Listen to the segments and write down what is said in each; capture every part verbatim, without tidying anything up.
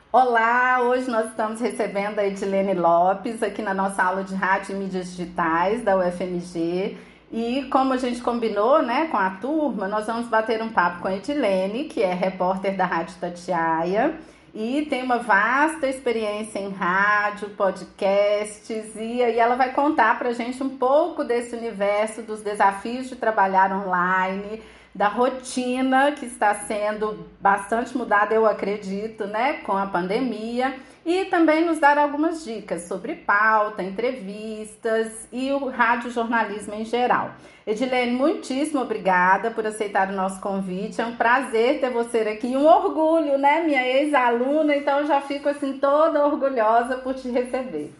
Olá, hoje nós estamos recebendo a Edilene Lopes aqui na nossa aula de Rádio e Mídias Digitais da U F M G. E como a gente combinou, né, com a turma, nós vamos bater um papo com a Edilene, que é repórter da Rádio Itatiaia e tem uma vasta experiência em rádio, podcasts, e aí ela vai contar para a gente um pouco desse universo, dos desafios de trabalhar online, da rotina que está sendo bastante mudada, eu acredito, né, com a pandemia, e também nos dar algumas dicas sobre pauta, entrevistas e o radiojornalismo em geral. Edilene, muitíssimo obrigada por aceitar o nosso convite, é um prazer ter você aqui, um orgulho, né, minha ex-aluna, então eu já fico assim toda orgulhosa por te receber.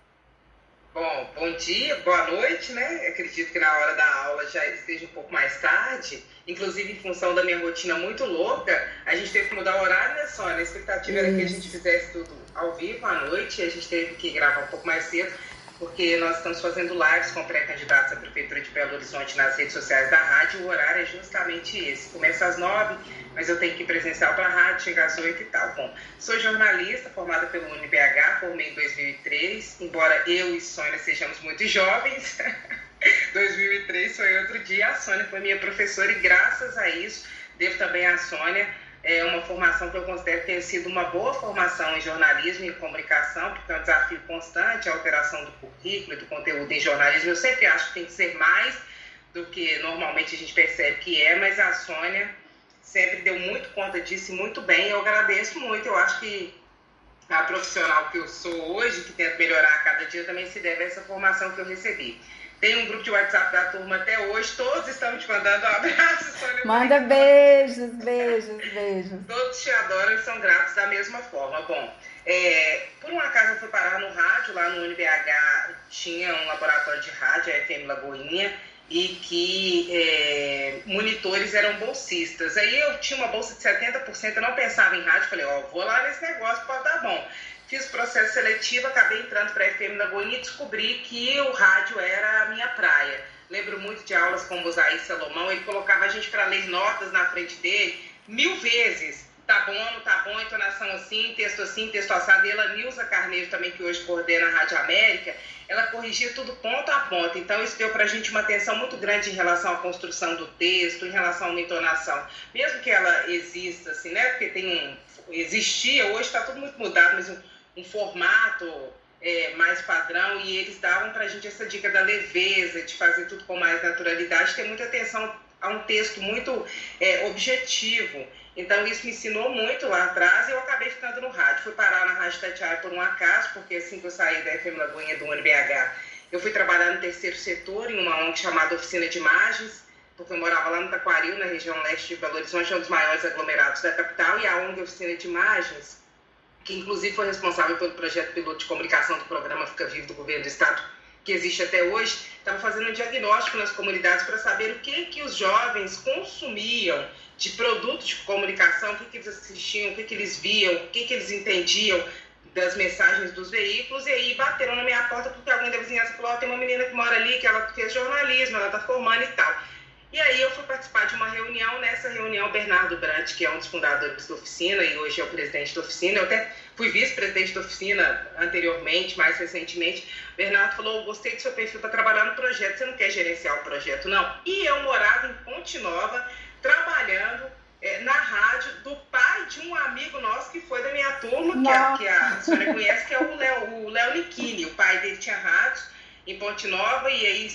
Bom, bom dia, boa noite, né? Acredito que na hora da aula já esteja um pouco mais tarde. Inclusive, em função da minha rotina muito louca, a gente teve que mudar o horário, né, Sônia? A expectativa Isso. era que a gente fizesse tudo ao vivo à noite, e a gente teve que gravar um pouco mais cedo, porque nós estamos fazendo lives com pré-candidatos à Prefeitura de Belo Horizonte nas redes sociais da rádio. O horário é justamente esse. Começa às nove, mas eu tenho que ir presencial para a rádio, chegar às oito e tal. Bom, sou jornalista, formada pelo U N B H, formei em dois mil e três, embora eu e Sônia sejamos muito jovens. dois mil e três foi outro dia, a Sônia foi minha professora e graças a isso, devo também à Sônia, é uma formação que eu considero que tem sido uma boa formação em jornalismo e em comunicação, porque é um desafio constante, a alteração do currículo e do conteúdo em jornalismo. Eu sempre acho que tem que ser mais do que normalmente a gente percebe que é, mas a Sônia sempre deu muito conta disso e muito bem. Eu agradeço muito, eu acho que a profissional que eu sou hoje, que tento melhorar a cada dia, também se deve a essa formação que eu recebi. Tem um grupo de WhatsApp da turma até hoje, todos estão te mandando um abraço, Sônia. Manda beijos, beijos, beijos. Todos te adoram e são gratos da mesma forma. Bom, é, por um acaso eu fui parar no rádio, lá no U N B H tinha um laboratório de rádio, a F M Lagoinha, e que é, monitores eram bolsistas. Aí eu tinha uma bolsa de setenta por cento, eu não pensava em rádio, falei, ó, oh, vou lá nesse negócio, pode dar bom. Fiz o processo seletivo, acabei entrando para a F M Lagoinha e descobri que o rádio era a minha praia. Lembro muito de aulas com o Mosaí Salomão, ele colocava a gente para ler notas na frente dele mil vezes. Tá bom, não tá bom, entonação assim, texto assim, texto assado. E ela, Nilza Carneiro, também, que hoje coordena a Rádio América, ela corrigia tudo ponto a ponto. Então, isso deu pra gente uma atenção muito grande em relação à construção do texto, em relação a uma entonação. Mesmo que ela exista, assim, né? Porque tem um... Existia, hoje tá tudo muito mudado, mas um, um formato é, mais padrão, e eles davam pra gente essa dica da leveza, de fazer tudo com mais naturalidade, ter muita atenção a um texto muito é, objetivo. Então, isso me ensinou muito lá atrás e eu acabei ficando no rádio. Fui parar na Rádio Itatiaia por um acaso, porque assim que eu saí da F M Lagoinha do U N B H, eu fui trabalhar no terceiro setor, em uma O N G chamada Oficina de Imagens, porque eu morava lá no Taquaril, na região leste de Belo Horizonte, é um dos maiores aglomerados da capital, e a O N G Oficina de Imagens, que inclusive foi responsável pelo projeto piloto de comunicação do programa Fica Vivo do Governo do Estado, que existe até hoje, estava fazendo um diagnóstico nas comunidades para saber o que, que os jovens consumiam de produtos de comunicação, o que, que eles assistiam, o que, que eles viam, o que, que eles entendiam das mensagens dos veículos, e aí bateram na minha porta porque alguém da vizinhança falou, oh, tem uma menina que mora ali, que ela fez jornalismo, ela está formando e tal. E aí eu fui participar de uma reunião, nessa reunião Bernardo Brant, que é um dos fundadores da oficina e hoje é o presidente da oficina, eu até fui vice-presidente da oficina anteriormente, mais recentemente. Bernardo falou, gostei do seu perfil para trabalhar no projeto, você não quer gerenciar o projeto, não? E eu morava em Ponte Nova, trabalhando é, na rádio do pai de um amigo nosso que foi da minha turma, que a, que a senhora conhece, que é o Léo, o Léo Nichini. O pai dele tinha rádio em Ponte Nova e aí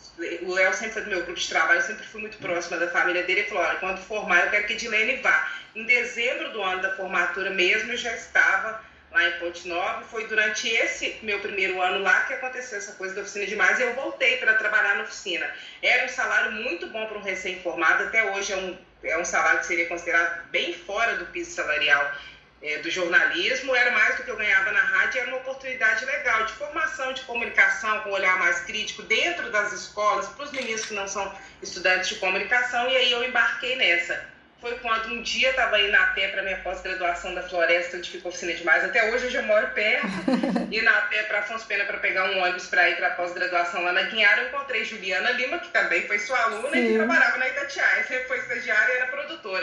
o Léo sempre foi do meu grupo de trabalho, eu sempre fui muito próxima da família dele. Ele falou, olha, quando formar eu quero que a Edilene vá. Em dezembro do ano da formatura mesmo, eu já estava lá em Ponte Nova, e foi durante esse meu primeiro ano lá que aconteceu essa coisa da oficina de imagens, e eu voltei para trabalhar na oficina. Era um salário muito bom para um recém-formado, até hoje é um, é um salário que seria considerado bem fora do piso salarial é, do jornalismo, era mais do que eu ganhava na rádio, era uma oportunidade legal de formação, de comunicação, com um olhar mais crítico dentro das escolas, para os meninos que não são estudantes de comunicação, e aí eu embarquei nessa. Foi quando um dia eu estava indo a pé para minha pós-graduação da Floresta, onde fica a oficina de imagens. Até hoje eu já moro perto. Indo a pé para Afonso Pena para pegar um ônibus para ir para a pós-graduação lá na Guinhara. Eu encontrei Juliana Lima, que também foi sua aluna, Sim. e que trabalhava na Itatiaia. Sempre foi estagiária e era produtora.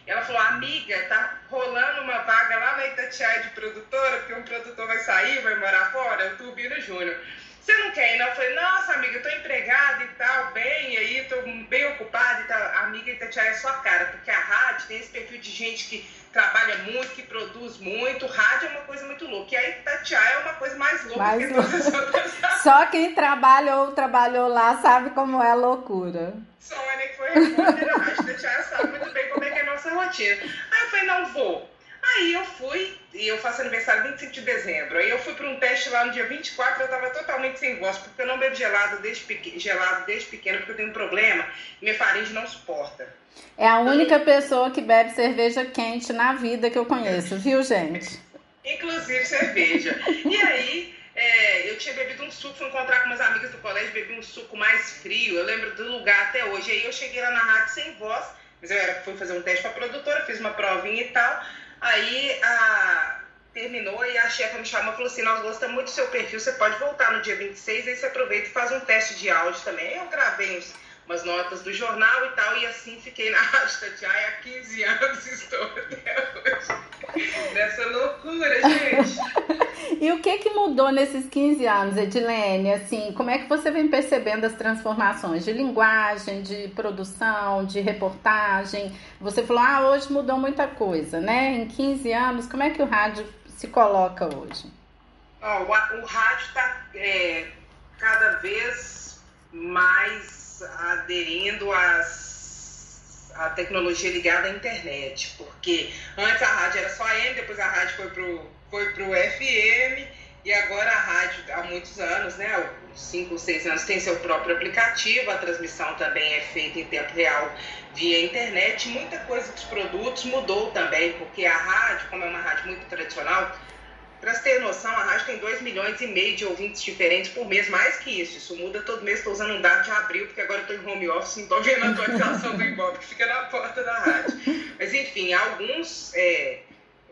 Ela falou, amiga, tá rolando uma vaga lá na Itatiaia de produtora, porque um produtor vai sair, vai morar fora, o Turbino Júnior. Você não quer ir, não? Eu falei, nossa, amiga, eu tô empregada e tal, bem, e aí tô bem ocupada e tal. Amiga, Itatiaia é sua cara, porque a rádio tem esse perfil de gente que trabalha muito, que produz muito. Rádio é uma coisa muito louca. E a Itatiaia é uma coisa mais louca mais que todas as outras. Só quem trabalha ou trabalhou lá sabe como é a loucura. Sônia, que foi repórter da rádio Itatiaia, sabe muito bem como é que é a nossa rotina. Aí eu falei, não vou. Aí eu fui, e eu faço aniversário vinte e cinco de dezembro, aí eu fui para um teste lá no dia vinte e quatro, eu estava totalmente sem voz, porque eu não bebo gelado desde, pequ... gelado desde pequeno, porque eu tenho um problema, minha faringe não suporta. É a única então, pessoa que bebe cerveja quente na vida que eu conheço, viu, gente? Inclusive cerveja. E aí, é, eu tinha bebido um suco, fui encontrar com umas amigas do colégio, bebi um suco mais frio, eu lembro do lugar até hoje. Aí eu cheguei lá na rádio sem voz, mas eu era, fui fazer um teste para a produtora, fiz uma provinha e tal. Aí a, terminou e a chefa me chamou e falou assim, nós gostamos muito do seu perfil, você pode voltar no dia vinte e seis, aí você aproveita e faz um teste de áudio também. Aí eu gravei uns, umas notas do jornal e tal, e assim fiquei na Rádio Itatiaia há quinze anos, estou até hoje. Nessa loucura, gente. E o que que mudou nesses quinze anos, Edilene? Assim, como é que você vem percebendo as transformações de linguagem, de produção, de reportagem? Você falou, ah, hoje mudou muita coisa, né? Em quinze anos, como é que o rádio se coloca hoje? Oh, o, o rádio está é, cada vez mais aderindo às, à tecnologia ligada à internet, porque antes a rádio era só A M, depois a rádio foi pro foi pro F M, e agora a rádio, há muitos anos, né, cinco ou seis anos, tem seu próprio aplicativo, a transmissão também é feita em tempo real via internet. Muita coisa dos produtos mudou também, porque a rádio, como é uma rádio muito tradicional, para você ter noção, a rádio tem dois milhões e meio de ouvintes diferentes por mês, mais que isso, isso muda todo mês. Estou usando um dado de abril, porque agora estou em home office, não estou vendo a atualização do Ibope, que fica na porta da rádio. Mas enfim, alguns... É,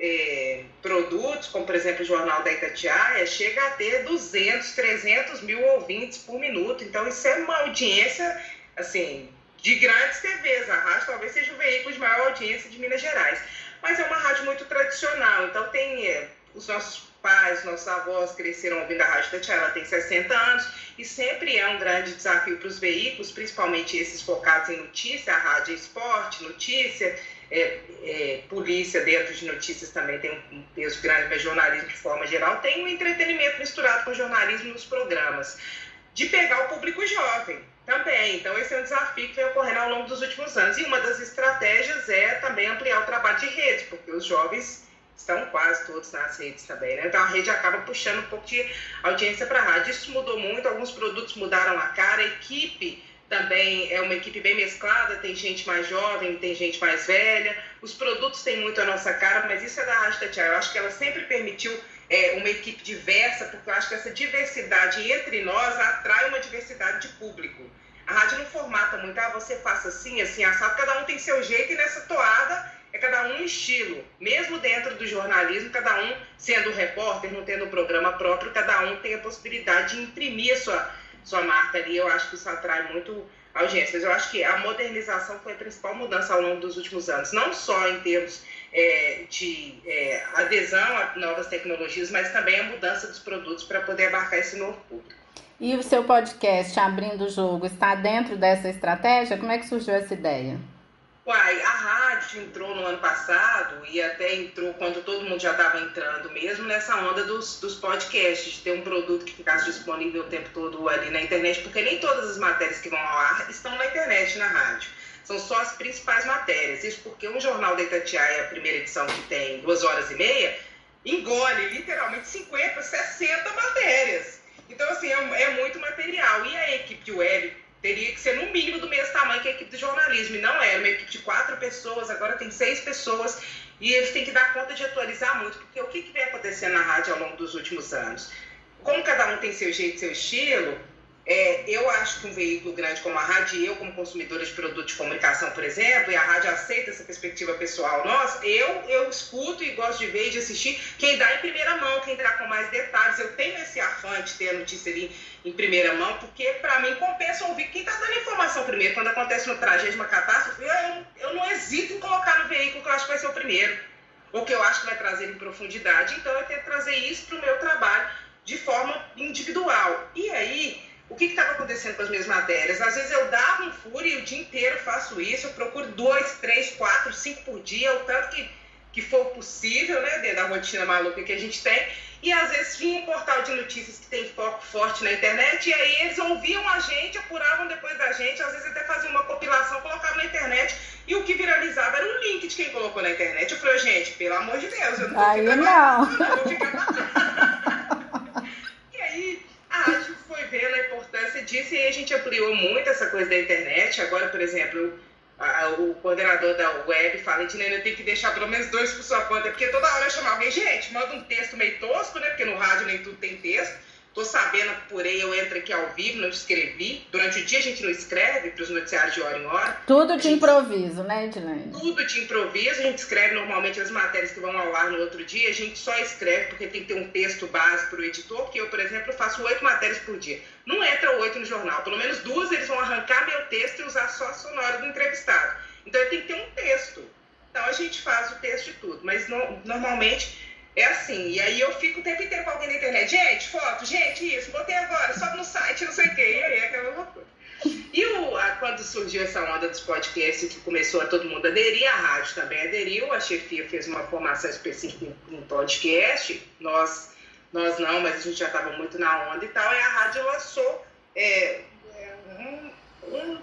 É, produtos, como por exemplo o Jornal da Itatiaia, chega a ter duzentos, trezentos mil ouvintes por minuto. Então isso é uma audiência assim, de grandes T Vs. A rádio talvez seja o veículo de maior audiência de Minas Gerais, mas é uma rádio muito tradicional. Então tem é, os nossos pais, nossos avós cresceram ouvindo a rádio Itatiaia, ela tem sessenta anos, e sempre é um grande desafio para os veículos, principalmente esses focados em notícia. A rádio é esporte, notícia, É, é, polícia dentro de notícias também tem um peso grande, mas jornalismo de forma geral tem um entretenimento misturado com jornalismo nos programas, de pegar o público jovem também. Então esse é um desafio que vem ocorrendo ao longo dos últimos anos, e uma das estratégias é também ampliar o trabalho de redes, porque os jovens estão quase todos nas redes também, né? Então a rede acaba puxando um pouco de audiência para a rádio. Isso mudou muito, alguns produtos mudaram a cara, a equipe também é uma equipe bem mesclada, tem gente mais jovem, tem gente mais velha, os produtos têm muito a nossa cara, mas isso é da Rádio Itatiaia. Eu acho que ela sempre permitiu é, uma equipe diversa, porque eu acho que essa diversidade entre nós atrai uma diversidade de público. A rádio não formata muito, ah, você faça assim, assim, assado, cada um tem seu jeito, e nessa toada é cada um um estilo. Mesmo dentro do jornalismo, cada um sendo repórter, não tendo um programa próprio, cada um tem a possibilidade de imprimir a sua... sua marca ali. Eu acho que isso atrai muito audiência, mas eu acho que a modernização foi a principal mudança ao longo dos últimos anos, não só em termos é, de é, adesão a novas tecnologias, mas também a mudança dos produtos para poder abarcar esse novo público. E o seu podcast, Abrindo o Jogo, está dentro dessa estratégia? Como é que surgiu essa ideia? Uai, a rádio entrou no ano passado, e até entrou quando todo mundo já estava entrando mesmo, nessa onda dos, dos podcasts, de ter um produto que ficasse disponível o tempo todo ali na internet, porque nem todas as matérias que vão ao ar estão na internet, na rádio. São só as principais matérias. Isso porque um Jornal da Itatiaia, a primeira edição, que tem duas horas e meia, engole literalmente cinquenta, sessenta matérias. Então, assim, é, é muito material. E a equipe de web teria que ser no mínimo do mesmo tamanho que a equipe de jornalismo, e não era uma equipe de quatro pessoas, agora tem seis pessoas, e eles têm que dar conta de atualizar muito, porque o que, que vem acontecendo na rádio ao longo dos últimos anos? Como cada um tem seu jeito, seu estilo, É, eu acho que um veículo grande como a rádio, e eu como consumidora de produtos de comunicação, por exemplo, e a rádio aceita essa perspectiva pessoal nossa, eu, eu escuto e gosto de ver e de assistir quem dá em primeira mão, quem dá com mais detalhes. Eu tenho esse afã de ter a notícia ali em primeira mão, porque para mim compensa ouvir quem está dando informação primeiro. Quando acontece uma tragédia, uma catástrofe, eu, eu não hesito em colocar no veículo que eu acho que vai ser o primeiro, ou que eu acho que vai trazer em profundidade. Então eu tento trazer isso para o meu trabalho de forma individual. E aí, o que estava acontecendo com as minhas matérias? Às vezes eu dava um furo e o dia inteiro faço isso, eu procuro dois, três, quatro, cinco por dia, o tanto que, que for possível, né, dentro da rotina maluca que a gente tem. E às vezes vinha um portal de notícias que tem foco forte na internet, e aí eles ouviam a gente, apuravam depois da gente, às vezes até faziam uma compilação, colocavam na internet, e o que viralizava era um link de quem colocou na internet. Eu falei, gente, pelo amor de Deus, eu não tô ficando não. eu vou ficar E aí a rádio foi vendo a importância disso, e a gente ampliou muito essa coisa da internet. Agora, por exemplo, a, o coordenador da web fala, Edilene, eu tenho que deixar pelo menos dois por sua conta, porque toda hora eu chamo alguém, gente, manda um texto meio tosco, né, porque no rádio nem tudo tem texto. Tô sabendo, porém, eu entro aqui ao vivo, não escrevi. Durante o dia a gente não escreve para os noticiários de hora em hora. Tudo de gente... improviso, né, Edilene? Tudo de improviso. A gente escreve normalmente as matérias que vão ao ar no outro dia. A gente só escreve porque tem que ter um texto base para o editor, porque eu, por exemplo, faço oito matérias por dia. Não entra oito no jornal. Pelo menos duas eles vão arrancar meu texto e usar só a sonora do entrevistado. Então eu tenho que ter um texto. Então a gente faz o texto de tudo. Mas no, normalmente... é assim, e aí eu fico o tempo inteiro com alguém na internet, gente, foto, gente, isso, botei agora, sobe no site, não sei o quê, e aí é aquela loucura. E o, a, quando surgiu essa onda dos podcasts, que começou a todo mundo aderir, a rádio também aderiu, a chefia fez uma formação específica em, em podcast, nós, nós não, mas a gente já estava muito na onda e tal, e a rádio lançou é, um, um,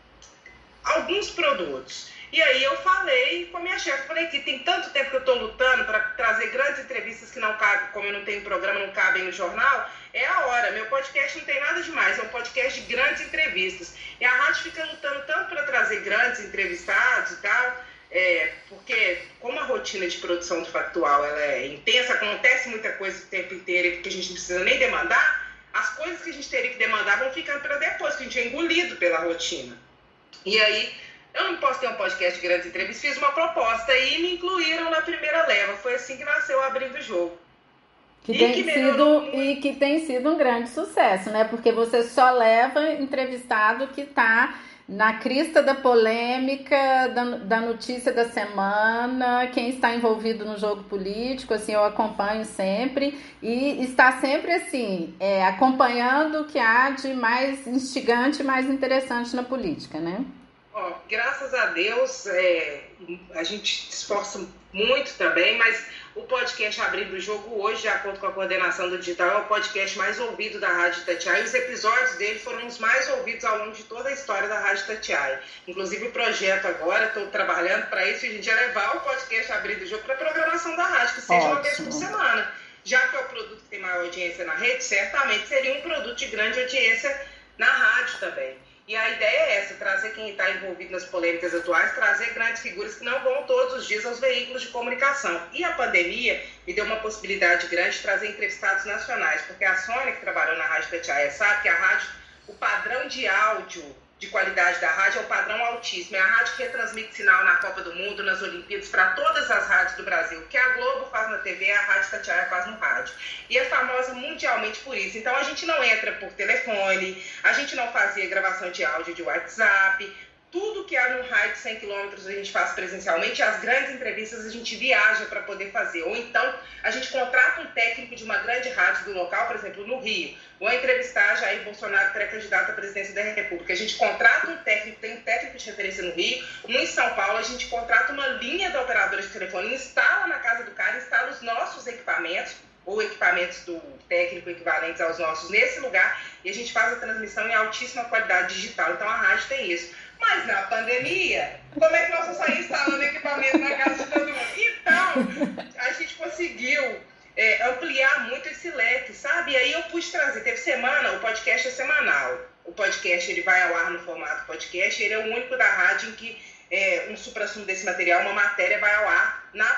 alguns produtos. E aí eu falei com a minha chefe, falei que tem tanto tempo que eu estou lutando para trazer grandes entrevistas que não cabem, como eu não tenho programa, não cabem no jornal, é a hora. Meu podcast não tem nada demais, é um podcast de grandes entrevistas. E a rádio fica lutando tanto para trazer grandes entrevistados e tal, é, porque como a rotina de produção do Factual ela é intensa, acontece muita coisa o tempo inteiro que a gente não precisa nem demandar, as coisas que a gente teria que demandar vão ficando para depois, que a gente é engolido pela rotina. E aí... eu não posso ter um podcast de grandes entrevistas, fiz uma proposta e me incluíram na primeira leva. Foi assim que nasceu o Abrindo o Jogo. Que tem que sido, e que tem sido um grande sucesso, né? Porque você só leva entrevistado que está na crista da polêmica, da, da notícia da semana, quem está envolvido no jogo político, assim, eu acompanho sempre, e está sempre, assim, é, acompanhando o que há de mais instigante e mais interessante na política, né? Ó, graças a Deus, é, a gente se esforça muito também, mas o podcast Abrindo o Jogo hoje, de acordo com a coordenação do digital, é o podcast mais ouvido da Rádio Itatiaia, e os episódios dele foram os mais ouvidos ao longo de toda a história da Rádio Itatiaia. Inclusive o projeto agora, estou trabalhando para isso, a gente ia levar o podcast Abrindo o Jogo para a programação da rádio, que seja Ótimo. Uma vez por semana. Já que é o produto que tem maior audiência na rede, certamente seria um produto de grande audiência na rádio também. E a ideia é essa, trazer quem está envolvido nas polêmicas atuais, trazer grandes figuras que não vão todos os dias aos veículos de comunicação. E a pandemia me deu uma possibilidade grande de trazer entrevistados nacionais, porque a Sônia, que trabalhou na Rádio Itatiaia, sabe que a rádio, o padrão de áudio de qualidade da rádio é o padrão altíssimo. É a rádio que retransmite sinal na Copa do Mundo, nas Olimpíadas, para todas as rádios do Brasil. O que a Globo faz na T V, a Rádio Itatiaia faz no rádio. E é famosa mundialmente por isso. Então a gente não entra por telefone, a gente não fazia gravação de áudio de WhatsApp. Tudo que há num raio de cem quilômetros a gente faz presencialmente, as grandes entrevistas a gente viaja para poder fazer. Ou então a gente contrata um técnico de uma grande rádio do local, por exemplo, no Rio. Ou entrevistar Jair Bolsonaro, pré-candidato à presidência da República. A gente contrata um técnico, tem um técnico de referência no Rio, um em São Paulo, a gente contrata uma linha da operadora de telefone, instala na casa do cara, instala os nossos equipamentos, ou equipamentos do técnico equivalentes aos nossos nesse lugar, e a gente faz a transmissão em altíssima qualidade digital. Então a rádio tem isso. Mas na pandemia, como é que nós vamos sair instalando equipamento na casa de todo mundo? Então, a gente conseguiu é, ampliar muito esse leque, sabe? E aí eu pude trazer, teve semana, o podcast é semanal. O podcast ele vai ao ar no formato podcast, ele é o único da rádio em que é, um suprassumo desse material, uma matéria vai ao ar na programação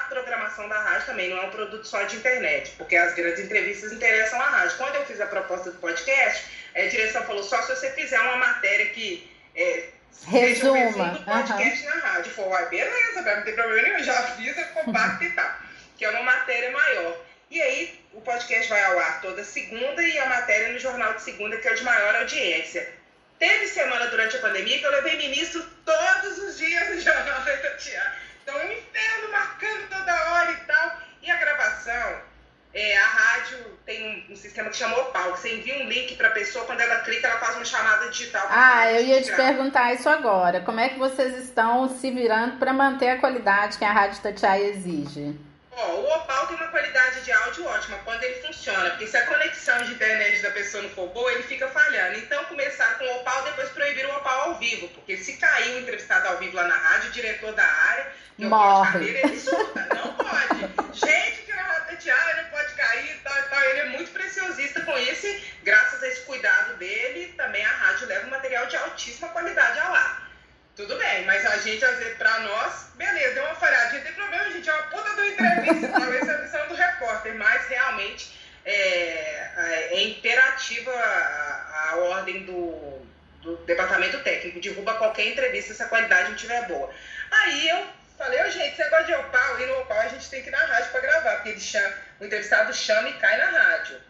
programação da rádio também, não é um produto só de internet, porque as grandes entrevistas interessam à rádio. Quando eu fiz a proposta do podcast, a direção falou, só se você fizer uma matéria que é, seja o resumo do podcast uhum. na rádio. Eu falei, beleza, não tem problema nenhum, eu já fiz a compacta e tal, que é uma matéria maior. E aí, o podcast vai ao ar toda segunda e a matéria no jornal de segunda, que é o de maior audiência. Teve semana durante a pandemia que eu levei ministro todos os dias no Jornal da Itatiaia. Então, um inferno marcando toda hora e tal. E a gravação, é, a rádio tem um, um sistema que chama Opal, que você envia um link para a pessoa, quando ela clica, ela faz uma chamada digital. Ah, eu ia te grava. perguntar isso agora. Como é que vocês estão se virando para manter a qualidade que a Rádio Itatiaia exige? Ó, o Opal tem uma qualidade de áudio ótima quando ele funciona, porque se a conexão de internet da pessoa não for boa, ele fica falhando. Então começaram com o Opal, depois proibiram o Opal ao vivo, porque se cair um entrevistado ao vivo lá na rádio, o diretor da área, morre. Carreira, ele surta, não pode. Gente que na Rádio Itatiaia não pode cair e tal e tal, ele é muito preciosista com isso e graças a esse cuidado dele, também a rádio leva um material de altíssima qualidade ao ar. Tudo bem, mas a gente, às vezes, pra nós, beleza, deu uma falhadinha, não tem problema, gente, é uma puta de uma entrevista, talvez a missão do repórter, mas realmente é, é imperativa a, a ordem do, do departamento técnico, derruba qualquer entrevista se a qualidade não estiver boa. Aí eu falei, ô gente, você gosta de Opal? E no Opal a gente tem que ir na rádio pra gravar, porque ele chama, o entrevistado chama e cai na rádio.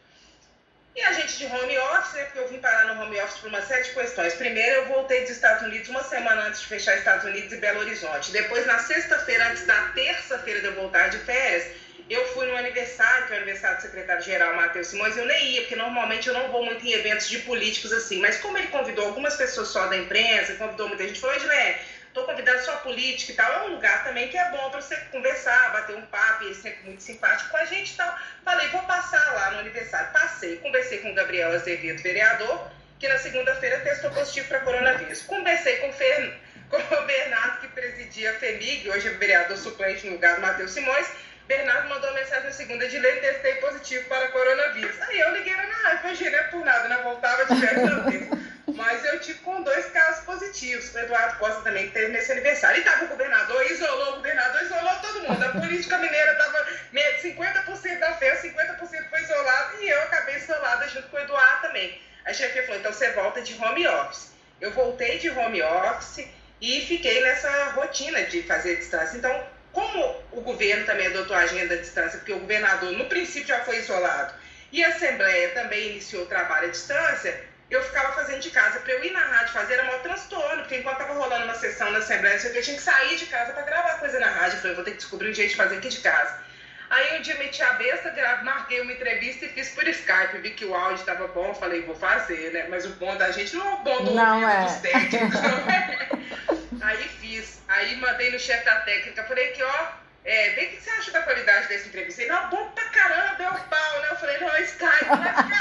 E a gente de home office, né, porque eu vim parar no home office por uma série de questões. Primeiro, eu voltei dos Estados Unidos uma semana antes de fechar Estados Unidos e Belo Horizonte. Depois, na sexta-feira, antes da terça-feira de eu voltar de férias, eu fui no aniversário, que é o aniversário do secretário-geral Matheus Simões. Eu nem ia, porque normalmente eu não vou muito em eventos de políticos assim. Mas como ele convidou algumas pessoas só da imprensa, convidou muita gente, falou, Edilene, estou convidando só política e tal, é um lugar também que é bom para você conversar, bater um papo, e ele sempre muito simpático com a gente e tal. Falei, vou passar lá no aniversário. Passei, conversei com o Gabriel Azevedo, vereador, que na segunda-feira testou positivo para coronavírus. Conversei com o, Fer... com o Bernardo, que presidia a FEMIG, hoje é vereador suplente no lugar do Matheus Simões. Bernardo mandou uma mensagem na segunda de lei, testei positivo para coronavírus. Aí eu liguei na rádio, falei, não é por nada, não voltava de férias. Mas eu tive com dois casos positivos. O Eduardo Costa também, que teve nesse aniversário. E estava o governador, isolou o governador, isolou todo mundo. A política mineira estava cinquenta por cento da festa, cinquenta por cento foi isolado. E eu acabei isolada junto com o Eduardo também. A chefia falou, então você volta de home office. Eu voltei de home office e fiquei nessa rotina de fazer distância. Então, como o governo também adotou a agenda à distância, porque o governador, no princípio, já foi isolado, e a Assembleia também iniciou o trabalho à distância, eu ficava fazendo de casa. Para eu ir na rádio fazer era maior transtorno, porque enquanto estava rolando uma sessão na Assembleia, eu tinha que sair de casa para gravar coisa na rádio. Eu falei, vou ter que descobrir um jeito de fazer aqui de casa. Aí um dia meti a besta, marquei uma entrevista e fiz por Skype. Vi que o áudio estava bom, falei, vou fazer, né? Mas o bom da gente não é o bom do não ouvido é. dos técnicos, não é? Aí fiz. Aí mandei no chefe da técnica, falei que, ó, é, vê o que você acha da qualidade dessa entrevista. Ele, não, bom pra caramba, é o pau, né? Eu falei, não, é Skype,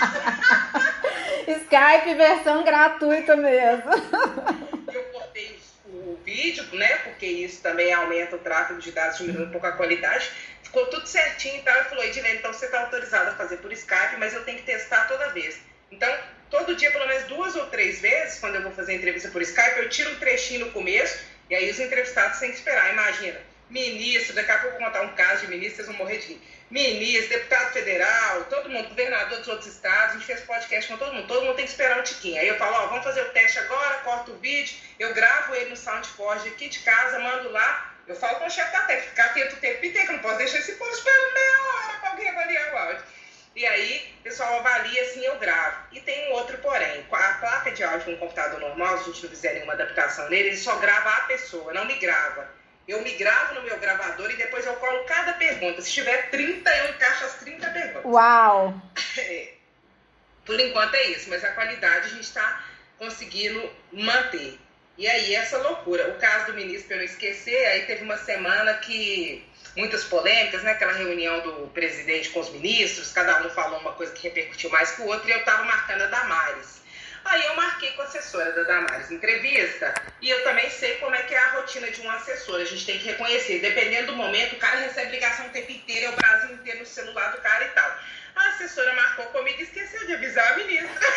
né? Skype versão gratuita mesmo. Eu cortei o, o vídeo, né? Porque isso também aumenta o tráfego de dados, diminui um pouco a qualidade. Ficou tudo certinho e tal. Ele falou, Edilene, então você está autorizada a fazer por Skype, mas eu tenho que testar toda vez. Então, todo dia, pelo menos duas ou três vezes, quando eu vou fazer entrevista por Skype, eu tiro um trechinho no começo, e aí os entrevistados têm que esperar. Imagina, ministro, daqui a pouco eu vou contar um caso de ministro, vocês vão morrer de mim. Ministro, deputado federal, todo mundo, governador dos outros estados, a gente fez podcast com todo mundo, todo mundo tem que esperar um tiquinho. Aí eu falo, ó, vamos fazer o teste agora, corto o vídeo, eu gravo ele no SoundForge aqui de casa, mando lá, eu falo com o chefe da técnica, ficar atento o tempo inteiro, que eu não posso deixar esse povo esperando meia hora para alguém avaliar o áudio. E aí, o pessoal avalia assim, eu gravo. E tem um outro porém, a placa de áudio com um computador normal, se a gente não fizer nenhuma adaptação nele, ele só grava a pessoa, não me grava. Eu me gravo no meu gravador e depois eu colo cada pergunta. Se tiver trinta, eu encaixo as trinta perguntas. Uau! É, por enquanto é isso, mas a qualidade a gente está conseguindo manter. E aí, essa loucura. O caso do ministro, para eu não esquecer, aí teve uma semana que muitas polêmicas, né? Aquela reunião do presidente com os ministros, cada um falou uma coisa que repercutiu mais que o outro, e eu estava marcando a Damares. Aí eu marquei com a assessora da Damares entrevista, e eu também sei como é que é a rotina de um assessor. A gente tem que reconhecer, dependendo do momento, o cara recebe ligação o tempo inteiro, é o Brasil inteiro no celular do cara e tal. A assessora marcou comigo e esqueceu de avisar a ministra.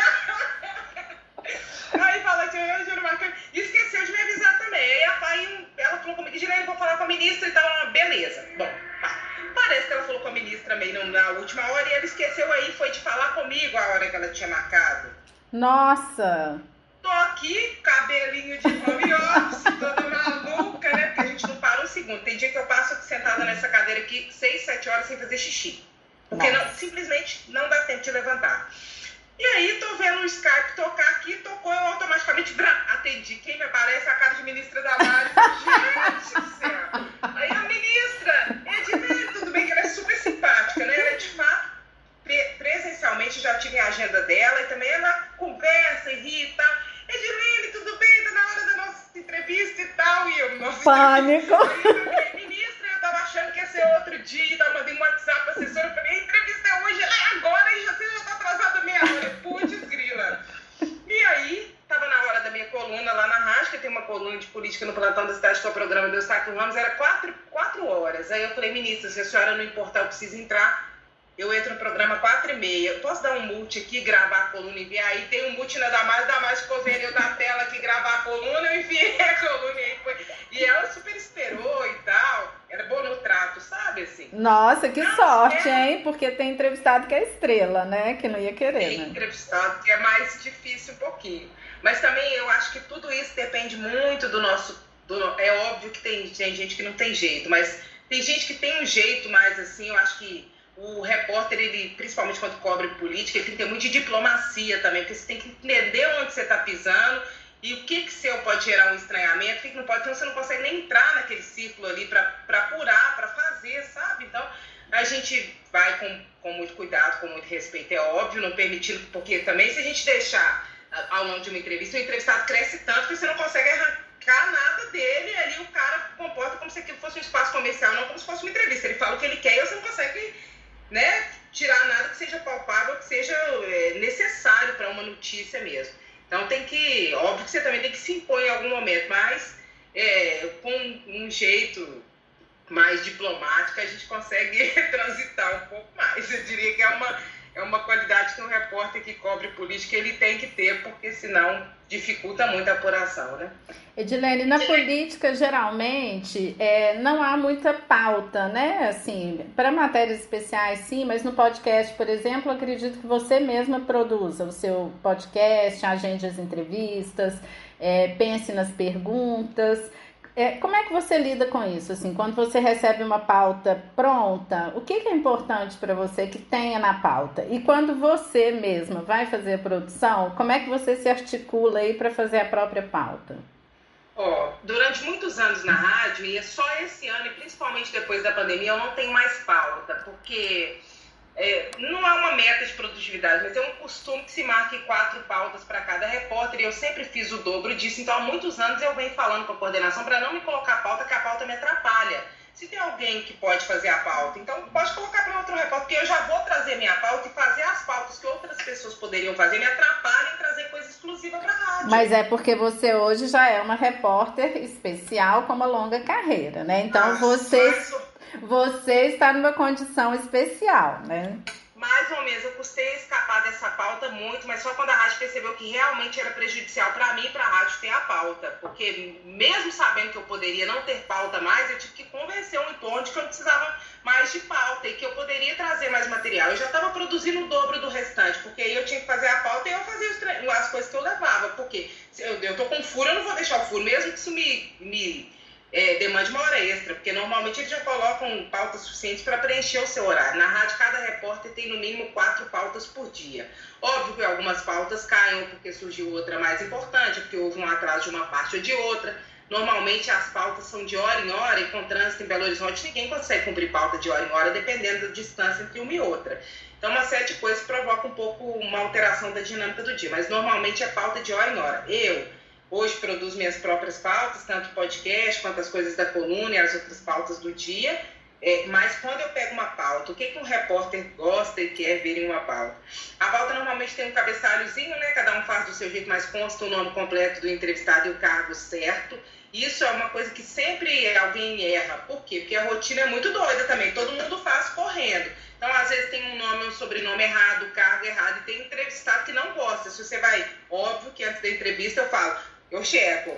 Aí fala que eu juro, marcando, e esqueceu de me avisar também. Aí, aí ela falou comigo, Edilene, vou falar com a ministra e tal, beleza. Bom, tá. aí na última hora e ela esqueceu aí, foi de falar comigo a hora que ela tinha marcado. Nossa! Tô aqui, cabelinho de home office, toda maluca, né? Porque a gente não para um segundo. Tem dia que eu passo sentada nessa cadeira aqui seis, sete horas sem fazer xixi. Porque não, simplesmente não dá tempo de levantar. E aí, tô vendo o Skype tocar aqui, tocou, eu automaticamente brá, atendi. Quem me aparece é a cara de ministra da Mari. Gente do céu! Aí a ministra, Edilene, tudo bem? Que ela é super simpática, né? Ela é de fato, pre- presencialmente, já tive a agenda dela e também ela conversa e ri e tal. Edilene, tudo bem? Tá na hora da nossa entrevista e tal. E eu, nossa, pânico! Aí eu falei, ministra, eu tava achando que ia ser outro dia, então eu mandei um WhatsApp pra assessora, eu falei, a entrevista é hoje, ela é agora e já, você já tá atrasada meia hora. Putz, grila. E aí, tava na hora da minha coluna lá na rádio, que tem uma coluna de política no Plantão da Cidade, que é o programa do Eustáquio Ramos, era quatro, quatro horas. Aí eu falei, ministra, se a senhora não importar, eu preciso entrar. Eu entro no programa quatro e meia. Posso dar um mute aqui, gravar a coluna e enviar? Aí tem um mute na Damares, Damares ficou vendo eu da tela aqui gravar a coluna, eu enviei a coluna e aí foi. E ela super esperou e tal. Era bom no trato, sabe assim? Nossa, que Não, sorte, é... hein? Porque tem entrevistado que é estrela, né? Que não ia querer, tem né? entrevistado que é mais difícil um pouquinho. Mas também eu acho que tudo isso depende muito do nosso... Do... É óbvio que tem, tem gente que não tem jeito, mas tem gente que tem um jeito mais assim, eu acho que o repórter, ele, principalmente quando cobre política, ele tem que ter muito de diplomacia também, porque você tem que entender onde você está pisando e o que que seu pode gerar um estranhamento, o que que não pode, então você não consegue nem entrar naquele círculo ali para apurar, para fazer, sabe? Então, a gente vai com, com muito cuidado, com muito respeito, é óbvio, não permitindo, porque também se a gente deixar ao longo de uma entrevista, o entrevistado cresce tanto que você não consegue arrancar nada dele, ali o cara comporta como se aquilo fosse um espaço comercial, não como se fosse uma entrevista, ele fala o que ele quer e você não consegue... né, tirar nada que seja palpável, que seja é, necessário para uma notícia mesmo. Então tem que, óbvio que você também tem que se impor em algum momento, mas é, com um jeito mais diplomático a gente consegue transitar um pouco mais. Eu diria que é uma, é uma qualidade que um repórter que cobre política ele tem que ter, porque senão dificulta muito a apuração, né? Edilene, na política, geralmente, é, não há muita pauta, né? Assim, para matérias especiais, sim, mas no podcast, por exemplo, eu acredito que você mesma produza o seu podcast, agende as entrevistas, é, pense nas perguntas. É, como é que você lida com isso? Assim, quando você recebe uma pauta pronta, o que, que é importante para você que tenha na pauta? E quando você mesma vai fazer a produção, como é que você se articula aí para fazer a própria pauta? Ó, durante muitos anos na rádio, e é só esse ano, e principalmente depois da pandemia, eu não tenho mais pauta, porque é, não é uma meta de produtividade, mas é um costume que se marque quatro pautas para cada repórter, e eu sempre fiz o dobro disso, então há muitos anos eu venho falando com a coordenação para não me colocar pauta, que a pauta me atrapalha. Se tem alguém que pode fazer a pauta, então pode colocar para outro repórter, porque eu já vou trazer minha pauta e fazer as pautas que outras pessoas poderiam fazer, me atrapalham em trazer coisa exclusiva para a rádio. Mas é porque você hoje já é uma repórter especial com uma longa carreira, né? Então ah, você, mas... você está numa condição especial, né? Mais ou menos, eu custei escapar dessa pauta muito, mas só quando a rádio percebeu que realmente era prejudicial para mim e para a rádio ter a pauta. Porque mesmo sabendo que eu poderia não ter pauta mais, eu tive que convencer um entorno de que eu precisava mais de pauta e que eu poderia trazer mais material. Eu já estava produzindo o dobro do restante, porque aí eu tinha que fazer a pauta e eu fazia as coisas que eu levava. Porque se eu, eu tô com furo, eu não vou deixar o furo, mesmo que isso me... me É, demande uma hora extra, porque normalmente eles já colocam pautas suficientes para preencher o seu horário. Na rádio, cada repórter tem no mínimo quatro pautas por dia. Óbvio que algumas pautas caem porque surgiu outra mais importante, porque houve um atraso de uma parte ou de outra. Normalmente as pautas são de hora em hora e com trânsito em Belo Horizonte ninguém consegue cumprir pauta de hora em hora dependendo da distância entre uma e outra. Então uma série de coisas provoca um pouco uma alteração da dinâmica do dia, mas normalmente é pauta de hora em hora. Eu hoje produzo minhas próprias pautas, tanto podcast quanto as coisas da coluna e as outras pautas do dia. É, mas quando eu pego uma pauta, o que, que um repórter gosta e quer ver em uma pauta? A pauta normalmente tem um cabeçalhozinho, né? Cada um faz do seu jeito, mas consta o nome completo do entrevistado e o cargo certo. Isso é uma coisa que sempre alguém erra. Por quê? Porque a rotina é muito doida também. Todo mundo faz correndo. Então, às vezes tem um nome, um sobrenome errado, cargo errado, e tem entrevistado que não gosta. Se você vai, óbvio que antes da entrevista eu falo, eu checo,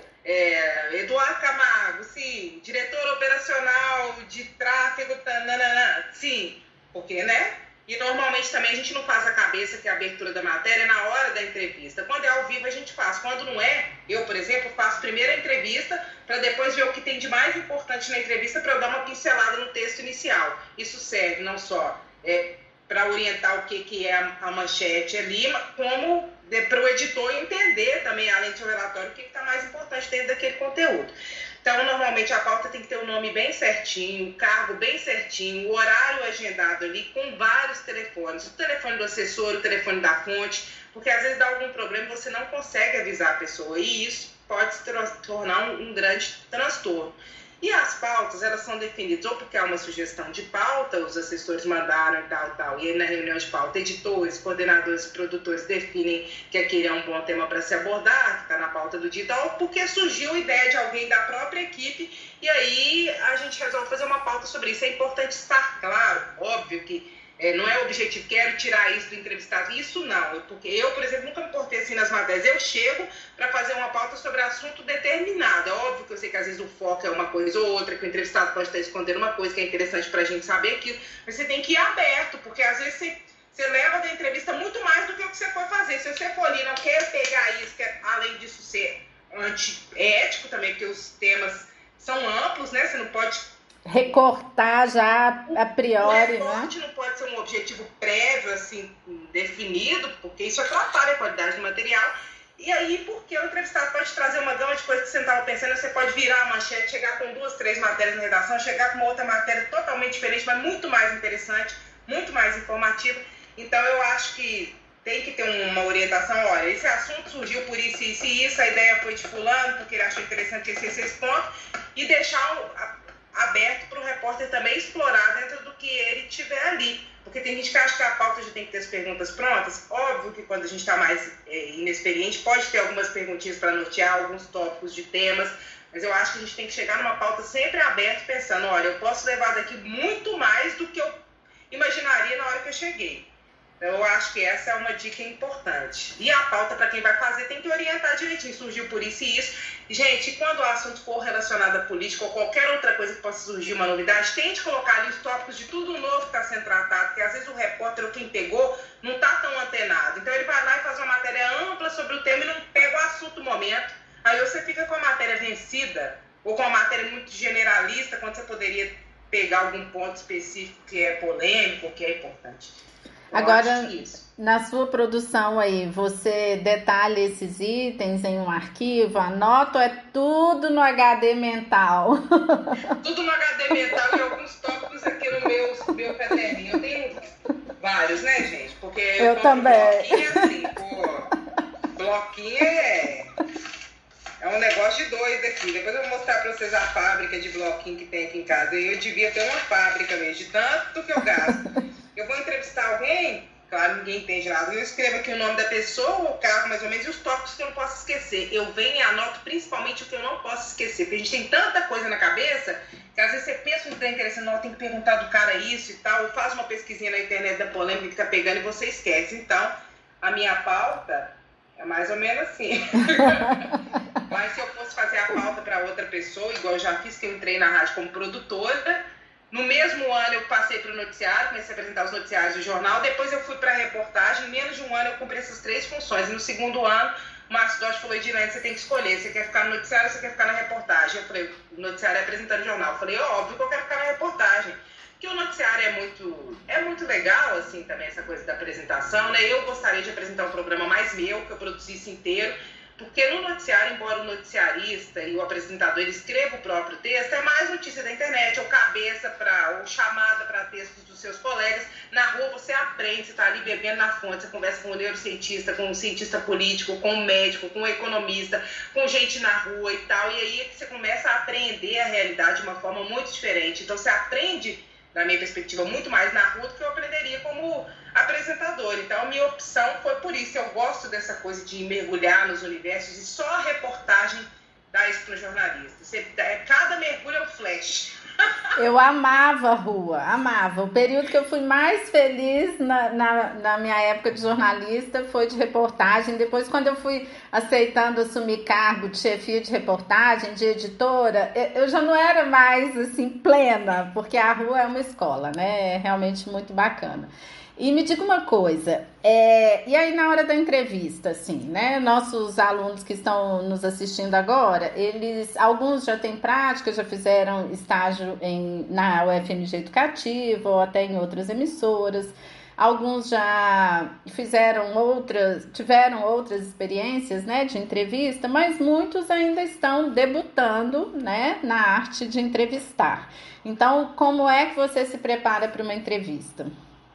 é, Eduardo Camargo, sim, diretor operacional de tráfego, tananana, sim, porque, né? E normalmente também a gente não faz a cabeça, que é a abertura da matéria, na hora da entrevista. Quando é ao vivo a gente faz. Quando não é, eu, por exemplo, faço primeiro a entrevista para depois ver o que tem de mais importante na entrevista para eu dar uma pincelada no texto inicial. Isso serve não só é, para orientar o que, que é a, a manchete ali, como para o editor entender também, além do seu relatório, o que está mais importante dentro daquele conteúdo. Então, normalmente, a pauta tem que ter o nome bem certinho, o cargo bem certinho, o horário agendado ali, com vários telefones. O telefone do assessor, o telefone da fonte, porque às vezes dá algum problema e você não consegue avisar a pessoa. E isso pode se tornar um, um grande transtorno. E as pautas, elas são definidas ou porque há uma sugestão de pauta, os assessores mandaram e tal, tal, e aí na reunião de pauta, editores, coordenadores e produtores definem que aquele é um bom tema para se abordar, que está na pauta do dia, ou porque surgiu a ideia de alguém da própria equipe, e aí a gente resolve fazer uma pauta sobre isso. É importante estar claro, óbvio que É, não é o objetivo, quero tirar isso do entrevistado, isso não, porque eu, por exemplo, nunca me portei assim nas matérias, eu chego para fazer uma pauta sobre assunto determinado, é óbvio que eu sei que às vezes o foco é uma coisa ou outra, que o entrevistado pode estar escondendo uma coisa que é interessante para a gente saber aquilo, mas você tem que ir aberto, porque às vezes você, você leva da entrevista muito mais do que o que você foi fazer. Se você for ali, não quer pegar isso, quer, além disso ser antiético também, porque os temas são amplos, né, você não pode recortar já a priori, o recorte, né? Não pode ser um objetivo prévio, assim, definido, porque isso atrapalha a qualidade do material. E aí, porque o entrevistado pode trazer uma gama de coisas que você não estava pensando, você pode virar a manchete, chegar com duas, três matérias na redação, chegar com uma outra matéria totalmente diferente, mas muito mais interessante, muito mais informativa. Então, eu acho que tem que ter uma orientação, olha, esse assunto surgiu por isso, isso e isso, a ideia foi de fulano, porque ele achou interessante esse, esse, esse ponto, e deixar o aberto para o repórter também explorar dentro do que ele tiver ali. Porque tem gente que acha que a pauta já tem que ter as perguntas prontas. Óbvio que quando a gente está mais é, inexperiente, pode ter algumas perguntinhas para nortear, alguns tópicos de temas, mas eu acho que a gente tem que chegar numa pauta sempre aberta, pensando, olha, eu posso levar daqui muito mais do que eu imaginaria na hora que eu cheguei. Então, eu acho que essa é uma dica importante. E a pauta, para quem vai fazer, tem que orientar direitinho. Surgiu por isso e isso. Gente, quando o assunto for relacionado à política ou qualquer outra coisa que possa surgir uma novidade, tente colocar ali os tópicos de tudo novo que está sendo tratado, porque às vezes o repórter ou quem pegou não está tão antenado. Então, ele vai lá e faz uma matéria ampla sobre o tema e não pega o assunto no momento. Aí você fica com a matéria vencida ou com a matéria muito generalista, quando você poderia pegar algum ponto específico que é polêmico, que é importante. Agora, na sua produção aí, você detalha esses itens em um arquivo, anota ou é tudo no H D mental? Tudo no H D mental e alguns tópicos aqui no meu, meu caderninho. Eu tenho vários, né, gente? Porque eu, eu também. Bloquinho assim, pô, bloquinho é, é um negócio de doido aqui. Depois eu vou mostrar pra vocês a fábrica de bloquinho que tem aqui em casa. Eu devia ter uma fábrica mesmo, de tanto que eu gasto. Eu vou entrevistar alguém, claro, ninguém entende nada, eu escrevo aqui o nome da pessoa, o carro mais ou menos, e os tópicos que eu não posso esquecer. Eu venho e anoto principalmente o que eu não posso esquecer, porque a gente tem tanta coisa na cabeça, que às vezes você pensa um trem interessante, não, tem que perguntar do cara isso e tal, ou faz uma pesquisinha na internet da polêmica que tá pegando e você esquece. Então, a minha pauta é mais ou menos assim. Mas se eu fosse fazer a pauta para outra pessoa, igual eu já fiz, que eu entrei na rádio como produtora, no mesmo ano eu passei para o noticiário, comecei a apresentar os noticiários do jornal, depois eu fui para a reportagem, em menos de um ano eu cumpri essas três funções. E no segundo ano, o Márcio Dotti falou, Edilene, você tem que escolher, você quer ficar no noticiário ou você quer ficar na reportagem? Eu falei, o noticiário é apresentando o jornal. Eu falei, óbvio que eu quero ficar na reportagem, porque o noticiário é muito, é muito legal, assim, também essa coisa da apresentação, né? Eu gostaria de apresentar um programa mais meu, que eu produzisse inteiro, porque no noticiário, embora o noticiarista e o apresentador ele escreva o próprio texto, é mais notícia da internet, ou cabeça para, ou chamada para textos dos seus colegas. Na rua você aprende, você está ali bebendo na fonte, você conversa com um neurocientista, com um cientista político, com um médico, com um economista, com gente na rua e tal, e aí é que você começa a aprender a realidade de uma forma muito diferente. Então você aprende, na minha perspectiva, muito mais na rua do que eu aprenderia como apresentador. Então a minha opção foi por isso. Eu gosto dessa coisa de mergulhar nos universos e só a reportagem dá isso para o jornalista. Você, cada mergulho é um flash. Eu amava a rua, amava. O período que eu fui mais feliz na, na, na minha época de jornalista foi de reportagem. Depois, quando eu fui aceitando assumir cargo de chefia de reportagem, de editora, eu já não era mais assim plena, porque a rua é uma escola, né? É realmente muito bacana. E me diga uma coisa, é, e aí na hora da entrevista, assim, né? Nossos alunos que estão nos assistindo agora, eles, alguns já têm prática, já fizeram estágio em, na U F M G Educativa ou até em outras emissoras. Alguns já fizeram outras, tiveram outras experiências, né, de entrevista, mas muitos ainda estão debutando, né, na arte de entrevistar. Então, como é que você se prepara para uma entrevista?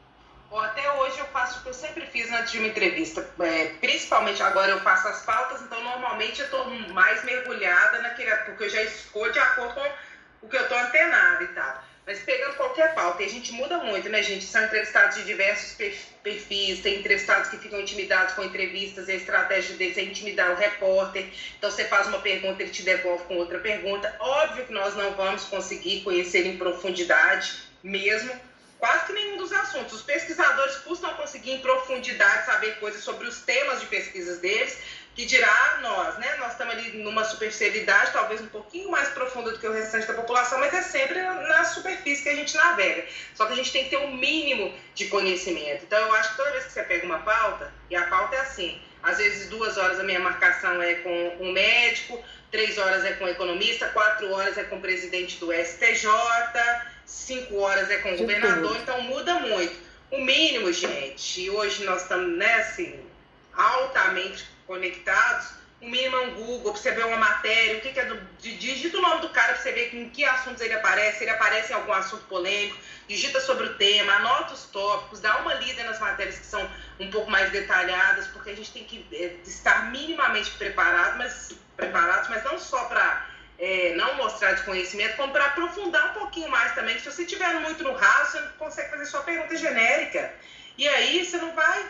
Até hoje eu faço o que eu sempre fiz antes de uma entrevista, é, principalmente agora eu faço as pautas, então normalmente eu estou mais mergulhada naquele, porque eu já escolho de acordo com o que eu estou antenada e tal. Mas pegando qualquer pauta, e a gente muda muito, né, gente? São entrevistados de diversos perfis, tem entrevistados que ficam intimidados com entrevistas, e a estratégia deles é intimidar o repórter. Então você faz uma pergunta, ele te devolve com outra pergunta. Óbvio que nós não vamos conseguir conhecer em profundidade mesmo quase que nenhum dos assuntos. Os pesquisadores custam conseguir em profundidade saber coisas sobre os temas de pesquisas deles, que dirá nós, né? Nós estamos ali numa superficialidade, talvez um pouquinho mais profunda do que o restante da população, mas é sempre na superfície que a gente navega. Só que a gente tem que ter um mínimo de conhecimento. Então, eu acho que toda vez que você pega uma pauta, e a pauta é assim, às vezes duas horas a minha marcação é com um médico, três horas é com um economista, quatro horas é com o presidente do S T J, cinco horas é com o governador, então muda muito. O mínimo, gente, e hoje nós estamos, né, assim, altamente conectados, o mínimo é um Google, para você ver uma matéria, o que, que é do, digita o nome do cara para você ver em que assuntos ele aparece, ele aparece em algum assunto polêmico, digita sobre o tema, anota os tópicos, dá uma lida nas matérias que são um pouco mais detalhadas, porque a gente tem que é, estar minimamente preparado, mas, preparados, mas não só para é, não mostrar desconhecimento, como para aprofundar um pouquinho mais também, que se você estiver muito no raso, você não consegue fazer sua pergunta genérica, e aí você não vai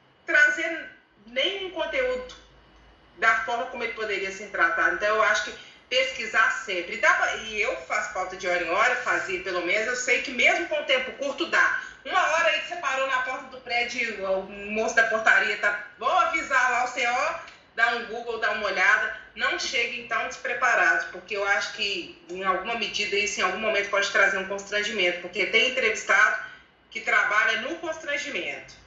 trazer nenhum conteúdo da forma como ele poderia ser tratado. Então, eu acho que pesquisar sempre. Dá pra, e eu faço pauta de hora em hora, fazia pelo menos, eu sei que mesmo com tempo curto dá. Uma hora aí que você parou na porta do prédio, o moço da portaria tá, vou avisar lá o C O, dá um Google, dá uma olhada. Não chegue, então, despreparados, porque eu acho que, em alguma medida, isso em algum momento pode trazer um constrangimento, porque tem entrevistado que trabalha no constrangimento,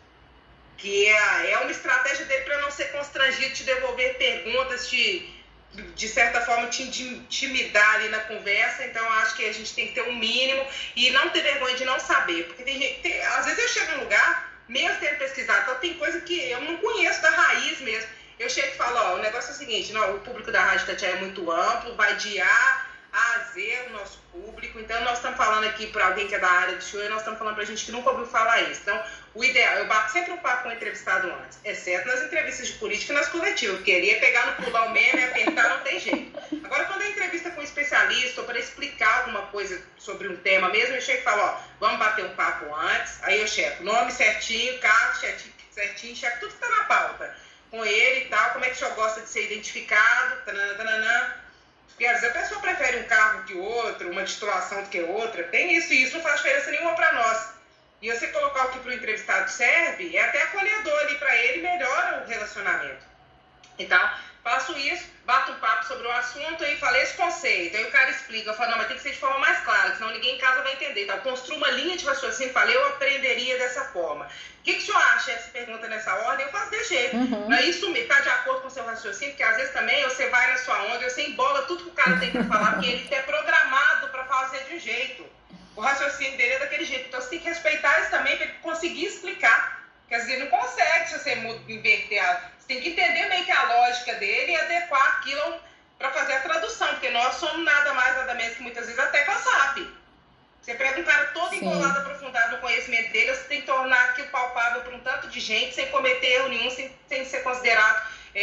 que é, é uma estratégia dele para não ser constrangido, te devolver perguntas, te, de certa forma te intimidar ali na conversa. Então eu acho que a gente tem que ter um mínimo e não ter vergonha de não saber, porque tem gente, tem, às vezes eu chego em um lugar, mesmo tendo pesquisado, então tem coisa que eu não conheço da raiz mesmo. Eu chego e falo, ó, o negócio é o seguinte, não, o público da Rádio Itatiaia é muito amplo, vai de A a Z o nosso público, então nós estamos falando aqui para alguém que é da área do show e nós estamos falando para gente que nunca ouviu falar isso. Então, o ideal, eu bato sempre um papo com o entrevistado antes, exceto nas entrevistas de política e nas coletivas, queria pegar no pular o meme e apertar, não tem jeito. Agora, quando é entrevista com um especialista ou para explicar alguma coisa sobre um tema mesmo, eu chego e falo, ó, vamos bater um papo antes, aí eu checo nome certinho, carro certinho, certinho, checo tudo que está na pauta com ele e tal, como é que o senhor gosta de ser identificado, tananã, tananã. Porque às vezes a pessoa prefere um carro que outro, uma titulação do que outra, tem isso, e isso não faz diferença nenhuma para nós. E você colocar o que para o entrevistado serve, é até acolhedor ali para ele, melhora o relacionamento. Então, faço isso, bato um papo sobre o assunto e falei esse conceito. Aí o cara explica, eu falo, não, mas tem que ser de forma mais clara, senão ninguém em casa vai entender. Então, eu construo uma linha de raciocínio, falei, eu aprenderia dessa forma. O que, que o senhor acha? Essa pergunta nessa ordem, eu faço desse jeito. Uhum. Isso está de acordo com o seu raciocínio, porque às vezes também você vai na sua onda, você embola tudo que o cara tem para falar, porque ele é programado para fazer de um jeito. O raciocínio dele é daquele jeito. Então, você tem que respeitar isso também para ele conseguir explicar. Porque às vezes ele não consegue se você inverter a... Você tem que entender meio que a lógica dele e adequar aquilo para fazer a tradução, porque nós somos nada mais, nada menos que muitas vezes a tecla S A P. Você pega um cara todo Sim. embolado, aprofundado no conhecimento dele, você tem que tornar aquilo palpável para um tanto de gente, sem cometer erro nenhum, sem, sem ser considerado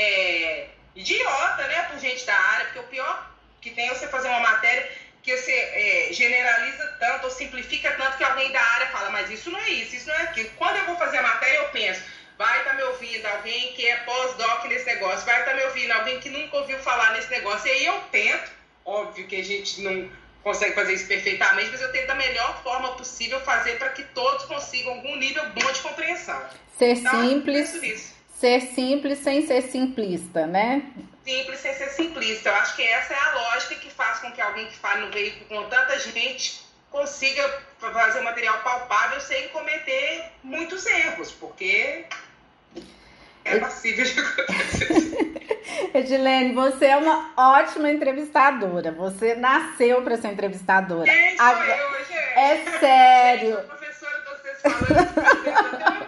é, idiota, né, por gente da área, porque o pior que tem é você fazer uma matéria que você é, generaliza tanto ou simplifica tanto que alguém da área fala, mas isso não é isso, isso não é aquilo. Quando eu vou fazer a matéria, eu penso, vai estar tá me ouvindo alguém que é pós-doc nesse negócio, vai estar tá me ouvindo alguém que nunca ouviu falar nesse negócio. E aí eu tento, óbvio que a gente não consegue fazer isso perfeitamente, mas eu tento da melhor forma possível fazer para que todos consigam algum nível bom de compreensão. Ser então, simples, ser simples sem ser simplista, né? Simples sem ser simplista. Eu acho que essa é a lógica que faz com que alguém que fale no veículo com tanta gente consiga fazer um material palpável sem cometer muitos erros, porque é passível de acontecer. Edilene, você é uma ótima entrevistadora. Você nasceu para ser entrevistadora. Quem sou Agora, eu, gente? É sério. Eu sou professora de vocês falando.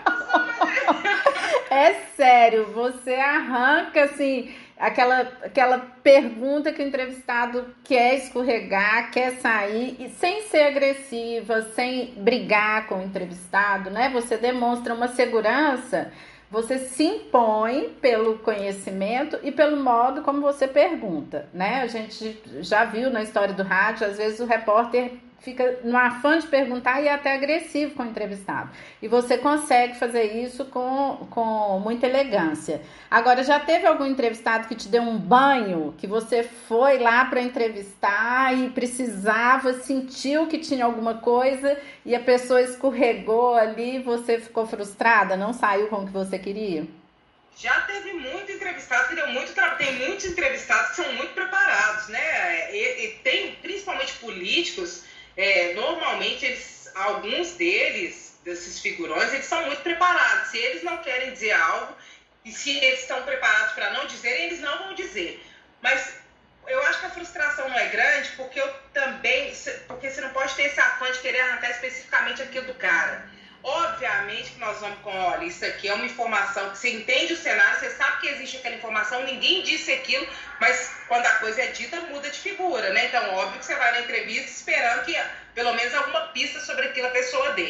É sério. Você arranca, assim, aquela, aquela pergunta que o entrevistado quer escorregar, quer sair, e sem ser agressiva, sem brigar com o entrevistado, né? Você demonstra uma segurança. Você se impõe pelo conhecimento e pelo modo como você pergunta, né? A gente já viu na história do rádio, às vezes o repórter fica no afã de perguntar e é até agressivo com o entrevistado. E você consegue fazer isso com, com muita elegância. Agora, já teve algum entrevistado que te deu um banho, que você foi lá para entrevistar e precisava, sentiu que tinha alguma coisa e a pessoa escorregou ali, você ficou frustrada, não saiu com o que você queria? Já teve muito entrevistado que deu muito trabalho. Tem muitos entrevistados que são muito preparados, né? E, e tem, principalmente políticos, é, normalmente eles, alguns deles, desses figurões, eles são muito preparados. Se eles não querem dizer algo, e se eles estão preparados para não dizerem, eles não vão dizer. Mas eu acho que a frustração não é grande, porque eu também, porque você não pode ter esse afã de querer arrancar especificamente aquilo do cara. Obviamente que nós vamos com, olha, isso aqui é uma informação que você entende o cenário, você sabe que existe aquela informação, ninguém disse aquilo, mas quando a coisa é dita, muda de figura, né? Então, óbvio que você vai na entrevista esperando que pelo menos alguma pista sobre aquilo a pessoa dê.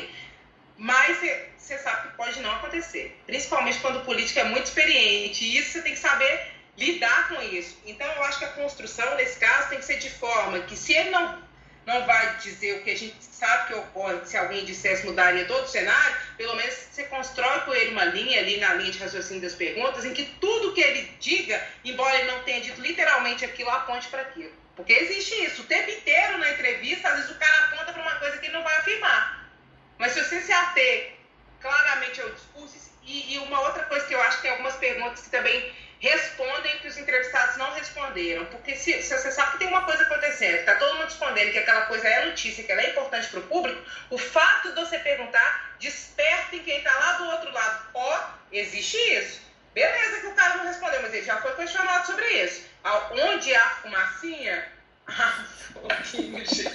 Mas você, você sabe que pode não acontecer, principalmente quando o político é muito experiente, e isso você tem que saber lidar com isso. Então, eu acho que a construção, nesse caso, tem que ser de forma que, se ele não não vai dizer o que a gente sabe que ocorre, que se alguém dissesse mudaria todo o cenário, pelo menos você constrói com ele uma linha ali na linha de raciocínio das perguntas, em que tudo que ele diga, embora ele não tenha dito literalmente aquilo, aponte para aquilo. Porque existe isso, o tempo inteiro na entrevista, às vezes o cara aponta para uma coisa que ele não vai afirmar. Mas se você se ater claramente ao discurso, e, e uma outra coisa que eu acho que tem algumas perguntas que também respondem que os entrevistados não responderam, porque se, se você sabe que tem uma coisa acontecendo, está todo mundo respondendo que aquela coisa é notícia, que ela é importante para o público, o fato de você perguntar desperta em quem está lá do outro lado. Ó, oh, existe isso. Beleza que o cara não respondeu, mas ele já foi questionado sobre isso. Onde há fumacinha, há foguinho, gente.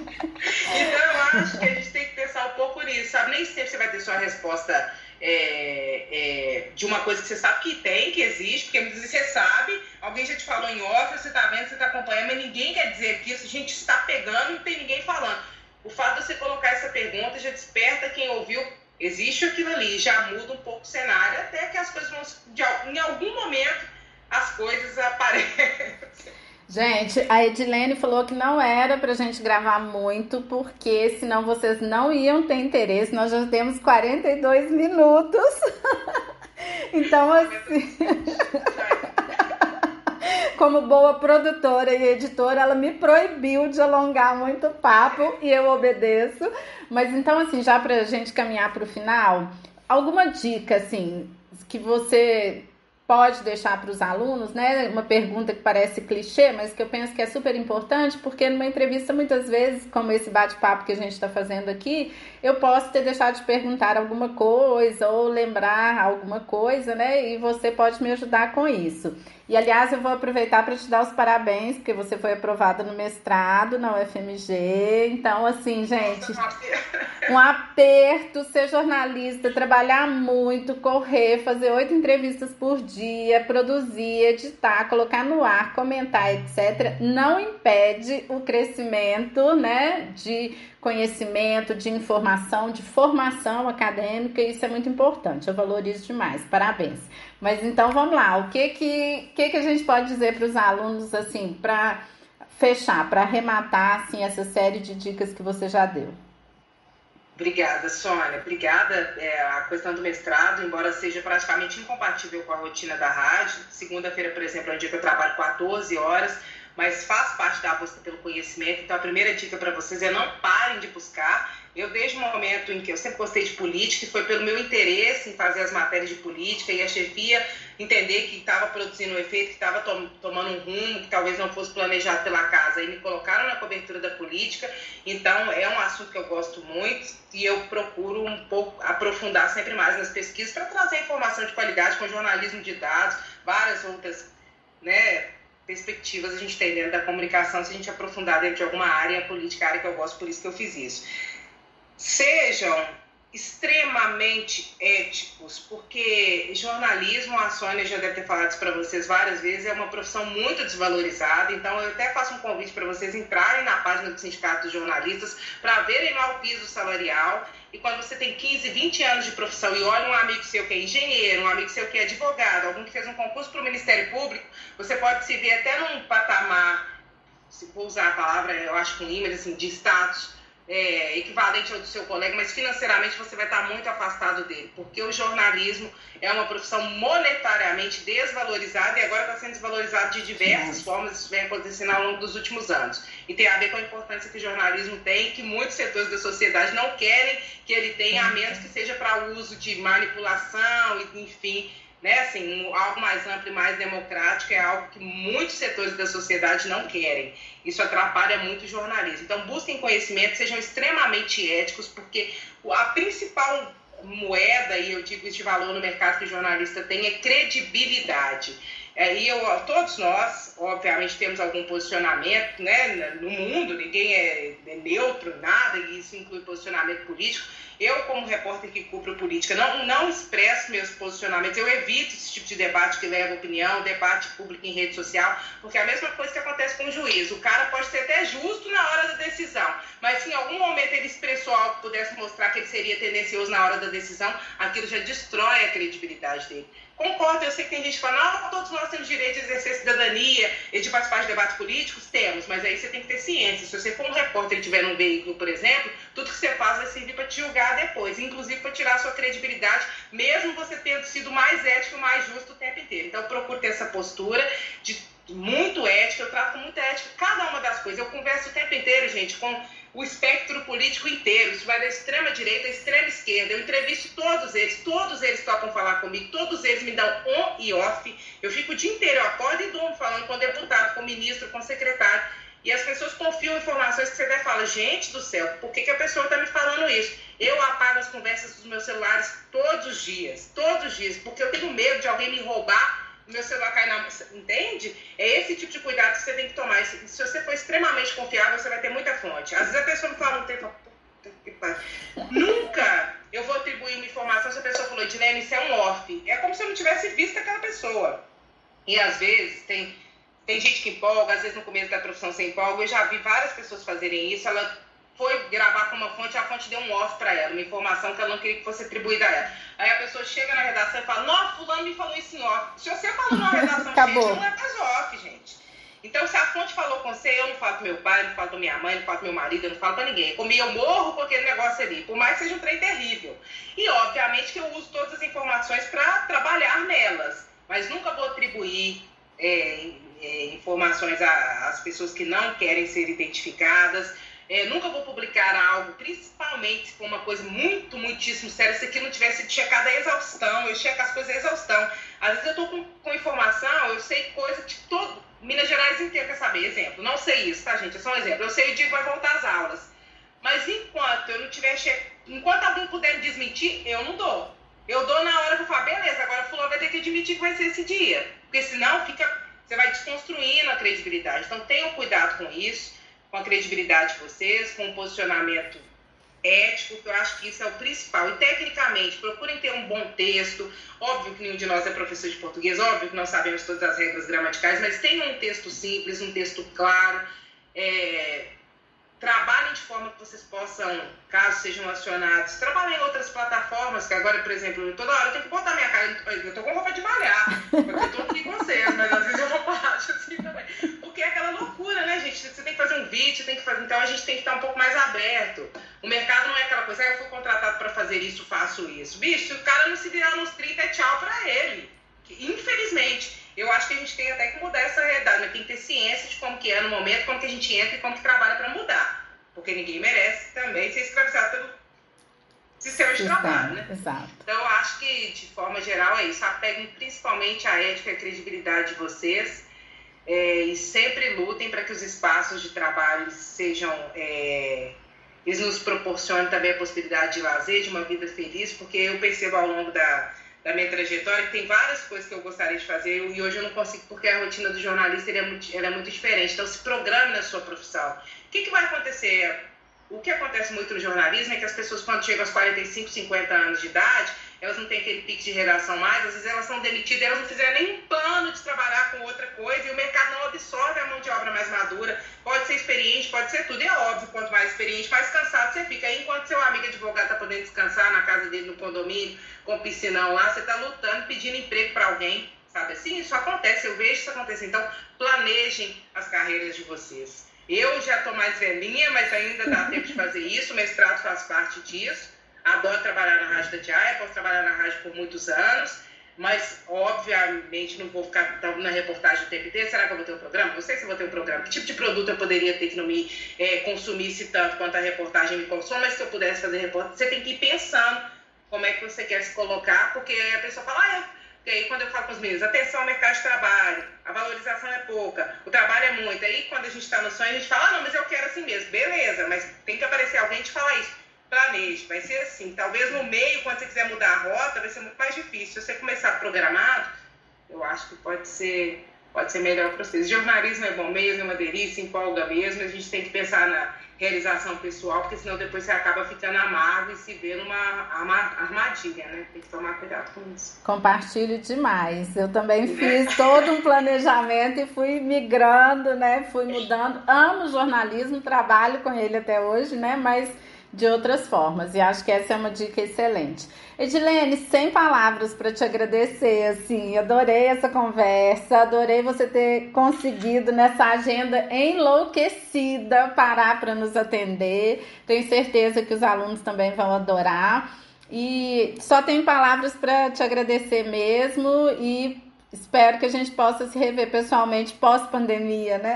Então eu acho que a gente tem que pensar um pouco nisso, sabe? Nem sempre você vai ter sua resposta É, é, de uma coisa que você sabe que tem, que existe, porque muitas vezes você sabe, alguém já te falou em off, você está vendo, você está acompanhando, mas ninguém quer dizer que isso, a gente está pegando e não tem ninguém falando. O fato de você colocar essa pergunta já desperta quem ouviu, existe aquilo ali, já muda um pouco o cenário, até que as coisas vão, de, em algum momento, as coisas aparecem. Gente, a Edilene falou que não era pra gente gravar muito, porque senão vocês não iam ter interesse. Nós já temos quarenta e dois minutos. Então, assim, como boa produtora e editora, ela me proibiu de alongar muito o papo e eu obedeço. Mas então, assim, já pra gente caminhar pro final, alguma dica, assim, que você pode deixar para os alunos, né? Uma pergunta que parece clichê, mas que eu penso que é super importante, porque numa entrevista, muitas vezes, como esse bate-papo que a gente está fazendo aqui, eu posso ter deixado de perguntar alguma coisa ou lembrar alguma coisa, né? E você pode me ajudar com isso. E, aliás, eu vou aproveitar para te dar os parabéns, porque você foi aprovada no mestrado na U F M G. Então, assim, gente, um aperto ser jornalista, trabalhar muito, correr, fazer oito entrevistas por dia, produzir, editar, colocar no ar, comentar, etcétera, não impede o crescimento, né, de conhecimento, de informação, de formação acadêmica, e isso é muito importante, eu valorizo demais, parabéns. Mas então vamos lá, o que que, que, que a gente pode dizer para os alunos, assim, para fechar, para arrematar, assim, essa série de dicas que você já deu? Obrigada, Sônia. Obrigada. É, a questão do mestrado, embora seja praticamente incompatível com a rotina da rádio, segunda-feira, por exemplo, é um dia que eu trabalho quatorze horas, mas faz parte da busca pelo conhecimento. Então, a primeira dica para vocês é não parem de buscar. Eu, desde o momento em que eu sempre gostei de política, e foi pelo meu interesse em fazer as matérias de política e a chefia entender que estava produzindo um efeito, que estava tom, tomando um rumo, que talvez não fosse planejado pela casa, e me colocaram na cobertura da política. Então, é um assunto que eu gosto muito e eu procuro um pouco aprofundar sempre mais nas pesquisas para trazer informação de qualidade com jornalismo de dados, várias outras, né, perspectivas a gente tem dentro da comunicação, se a gente aprofundar dentro de alguma área política, área que eu gosto, por isso que eu fiz isso. Sejam extremamente éticos, porque jornalismo, a Sônia já deve ter falado isso para vocês várias vezes, é uma profissão muito desvalorizada. Então eu até faço um convite para vocês entrarem na página do Sindicato dos Jornalistas para verem lá o piso salarial. E quando você tem quinze, vinte anos de profissão e olha um amigo seu que é engenheiro, um amigo seu que é advogado, algum que fez um concurso para o Ministério Público, você pode se ver até num patamar, se vou usar a palavra, eu acho ruim, mas assim, de status É, equivalente ao do seu colega, mas financeiramente você vai estar muito afastado dele, porque o jornalismo é uma profissão monetariamente desvalorizada e agora está sendo desvalorizado de diversas Sim. formas. Isso vem acontecendo ao longo dos últimos anos e tem a ver com a importância que o jornalismo tem, que muitos setores da sociedade não querem que ele tenha, a menos que seja para uso de manipulação, enfim, né, assim, algo mais amplo e mais democrático é algo que muitos setores da sociedade não querem. Isso atrapalha muito o jornalismo. Então, busquem conhecimento, sejam extremamente éticos, porque a principal moeda, e eu digo isso de valor no mercado que o jornalista tem, é credibilidade. E eu, todos nós, obviamente, temos algum posicionamento, né, no mundo, ninguém é neutro, nada, e isso inclui posicionamento político. Eu, como repórter que cubro política, não, não expresso meus posicionamentos, eu evito esse tipo de debate que leva opinião, debate público em rede social, porque é a mesma coisa que acontece com o juiz. O cara pode ser até justo na hora da decisão, mas se em algum momento ele expressou algo que pudesse mostrar que ele seria tendencioso na hora da decisão, aquilo já destrói a credibilidade dele. Concordo, eu sei que tem gente que fala, não, todos nós temos direito de exercer cidadania e de participar de debates políticos, temos, mas aí você tem que ter ciência. Se você for um repórter e estiver num veículo, por exemplo, tudo que você faz vai servir para te julgar depois, inclusive para tirar a sua credibilidade, mesmo você tendo sido mais ético e mais justo o tempo inteiro. Então eu procuro ter essa postura de muito ética, eu trato com muita ética cada uma das coisas. Eu converso o tempo inteiro, gente, com o espectro político inteiro, isso vai da extrema direita à extrema esquerda, eu entrevisto todos eles, todos eles topam falar comigo, todos eles me dão on e off, eu fico o dia inteiro, eu acordo e durmo falando com deputado, com ministro, com secretário, e as pessoas confiam em informações que você até fala, gente do céu, por que, que a pessoa está me falando isso? Eu apago as conversas dos meus celulares todos os dias, todos os dias, porque eu tenho medo de alguém me roubar, meu celular cair na... Entende? É esse tipo de cuidado que você tem que tomar. Se você for extremamente confiável, você vai ter muita fonte. Às vezes a pessoa me fala um tempo... Nunca eu vou atribuir uma informação se a pessoa falou, Edilene, isso é um off. É como se eu não tivesse visto aquela pessoa. E às vezes tem, tem gente que empolga, às vezes no começo da profissão você empolga. Eu já vi várias pessoas fazerem isso. Ela foi gravar com uma fonte, a fonte deu um off para ela, uma informação que ela não queria que fosse atribuída a ela. Aí a pessoa chega na redação e fala, não, fulano me falou isso em off. Se você falou numa redação, gente, não é mais off, gente. Então, se a fonte falou com você, eu não falo com meu pai, não falo com minha mãe, não falo com meu marido, eu não falo com ninguém. Comigo eu morro com aquele negócio ali, por mais que seja um trem terrível. E, obviamente, que eu uso todas as informações para trabalhar nelas, mas nunca vou atribuir é, é, informações às pessoas que não querem ser identificadas. É, nunca vou publicar algo, principalmente se for uma coisa muito, muitíssimo séria, se aquilo não tivesse sido checado a exaustão, eu checo as coisas a exaustão. Às vezes eu estou com, com informação, eu sei coisa que todo... Minas Gerais inteiro quer saber, exemplo, não sei isso, tá, gente? É só um exemplo. Eu sei o dia que vai voltar às aulas, mas enquanto eu não tiver che... enquanto alguém puder me desmentir, eu não dou. Eu dou na hora que eu falo, beleza, agora o fulano vai ter que admitir que vai ser esse dia, porque senão fica... você vai desconstruindo a credibilidade. Então tenham cuidado com isso, com a credibilidade de vocês, com o posicionamento ético, que eu acho que isso é o principal. E tecnicamente, procurem ter um bom texto. Óbvio que nenhum de nós é professor de português, óbvio que não sabemos todas as regras gramaticais, mas tenham um texto simples, um texto claro. É... Trabalhem de forma que vocês possam, caso sejam acionados, trabalhem em outras plataformas, que agora, por exemplo, toda hora eu tenho que botar minha cara, eu tô com roupa de malhar, porque eu tô aqui com vocês, mas às vezes eu vou baixo assim também. Porque é aquela loucura, né, gente? Você tem que fazer um vídeo, tem que fazer, então a gente tem que estar um pouco mais aberto. O mercado não é aquela coisa, ah, eu fui contratado para fazer isso, faço isso. Bicho, se o cara não se virar nos trinta, é tchau pra ele. Infelizmente. eu acho que a gente tem até que mudar essa realidade, mas tem que ter ciência de como que é no momento, como que a gente entra e como que trabalha para mudar. Porque ninguém merece também ser escravizado pelo sistema de trabalho, né? Exato. Então, eu acho que, de forma geral, é isso. Apeguem principalmente a ética e a credibilidade de vocês é, e sempre lutem para que os espaços de trabalho sejam... É, eles nos proporcionem também a possibilidade de lazer, de uma vida feliz, porque eu percebo ao longo da, da minha trajetória que tem várias coisas que eu gostaria de fazer e hoje eu não consigo porque a rotina do jornalista ele é, muito, ela é muito diferente. Então, se programe na sua profissão. O que, que vai acontecer? O que acontece muito no jornalismo é que as pessoas, quando chegam aos quarenta e cinco, cinquenta anos de idade, elas não têm aquele pique de redação mais, às vezes elas são demitidas, elas não fizeram nenhum plano de trabalhar com outra coisa e o mercado não absorve a mão de obra mais madura. Pode ser experiente, pode ser tudo. E é óbvio, quanto mais experiente, mais cansado você fica. Aí, enquanto seu amigo advogado está podendo descansar na casa dele, no condomínio, com piscinão lá, você está lutando, pedindo emprego para alguém, sabe assim? Isso acontece, eu vejo isso acontecer. Então, planejem as carreiras de vocês. Eu já estou mais velhinha, mas ainda dá tempo de fazer isso, o mestrado faz parte disso. Adoro trabalhar na Rádio Itatiaia, posso trabalhar na rádio por muitos anos, mas, obviamente, não vou ficar na reportagem o tempo inteiro. Será que eu vou ter um programa? Não sei se eu vou ter um programa. Que tipo de produto eu poderia ter que não me é, consumisse tanto quanto a reportagem me consome, mas se eu pudesse fazer reportagem, você tem que ir pensando como é que você quer se colocar, porque a pessoa fala, ah, eu... Porque aí quando eu falo com os meninos, atenção ao mercado de trabalho, a valorização é pouca, o trabalho é muito. Aí quando a gente está no sonho, a gente fala, ah, não, mas eu quero assim mesmo. Beleza, mas tem que aparecer alguém e te falar isso. Planeje, vai ser assim. Talvez no meio, quando você quiser mudar a rota, vai ser muito mais difícil. Se você começar programado, eu acho que pode ser, pode ser melhor para vocês. Jornalismo é bom mesmo, é uma delícia, empolga mesmo. A gente tem que pensar na realização pessoal, porque senão depois você acaba ficando amargo e se vê numa armadilha, né? Tem que tomar cuidado com isso. Compartilho demais. Eu também fiz todo um planejamento e fui migrando, né? Fui mudando. Amo jornalismo, trabalho com ele até hoje, né? Mas de outras formas. E acho que essa é uma dica excelente. Edilene, sem palavras para te agradecer, assim, adorei essa conversa, adorei você ter conseguido nessa agenda enlouquecida parar para nos atender. Tenho certeza que os alunos também vão adorar. E só tenho palavras para te agradecer mesmo e espero que a gente possa se rever pessoalmente pós-pandemia, né?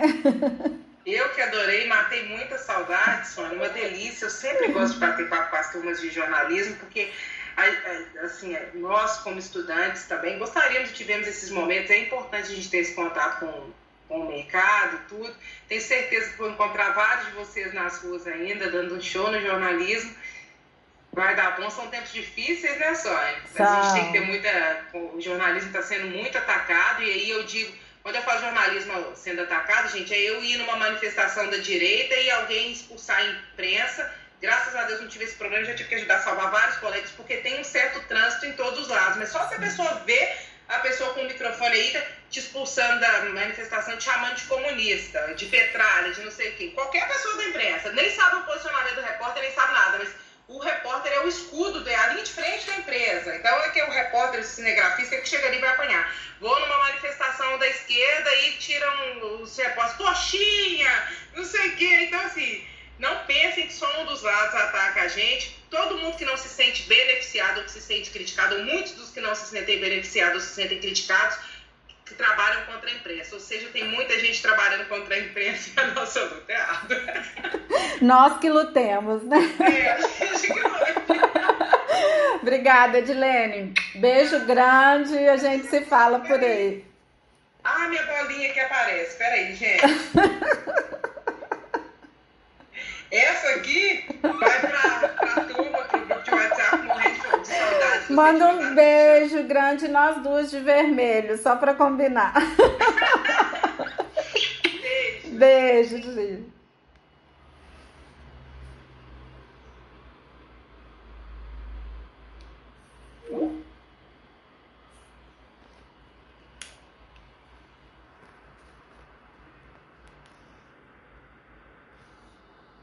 Eu que adorei, matei muita saudade, Sônia, uma delícia. Eu sempre gosto de bater papo com as turmas de jornalismo, porque assim, nós como estudantes também gostaríamos de tivermos esses momentos. É importante a gente ter esse contato com, com o mercado e tudo. Tenho certeza que vou encontrar vários de vocês nas ruas ainda, dando um show no jornalismo. Vai dar bom, são tempos difíceis, né, Sônia? A gente tem que ter muita... O jornalismo está sendo muito atacado, e aí eu digo... Quando eu falo jornalismo sendo atacado, gente, é eu ir numa manifestação da direita e alguém expulsar a imprensa. Graças a Deus não tive esse problema, já tive que ajudar a salvar vários colegas, porque tem um certo trânsito em todos os lados. Mas só se a pessoa vê a pessoa com o microfone aí te expulsando da manifestação, te chamando de comunista, de petralha, de não sei o quê. Qualquer pessoa da imprensa, nem sabe o posicionamento do repórter, nem sabe nada, mas o repórter é o escudo, é a linha de frente da empresa. Então é que o repórter, o cinegrafista, é que chega ali e vai apanhar. Vou numa manifestação da esquerda e tiram os repórteres, coxinha, não sei o quê. Então, assim, não pensem que só um dos lados ataca a gente. Todo mundo que não se sente beneficiado ou que se sente criticado, ou muitos dos que não se sentem beneficiados ou se sentem criticados, que trabalham contra a imprensa. Ou seja, tem muita gente trabalhando contra a imprensa e a nossa luta é árdua. Nós que lutemos, né? É, a gente que luta. Obrigada, Edilene. Beijo grande e a gente se fala por aí. Ah, minha bolinha que aparece. Espera aí, gente. Essa aqui vai pra, pra turma, pro grupo de WhatsApp, morrendo de saudade. Manda um beijo grande, nós duas de vermelho, só pra combinar. Beijo. Beijo, Gil.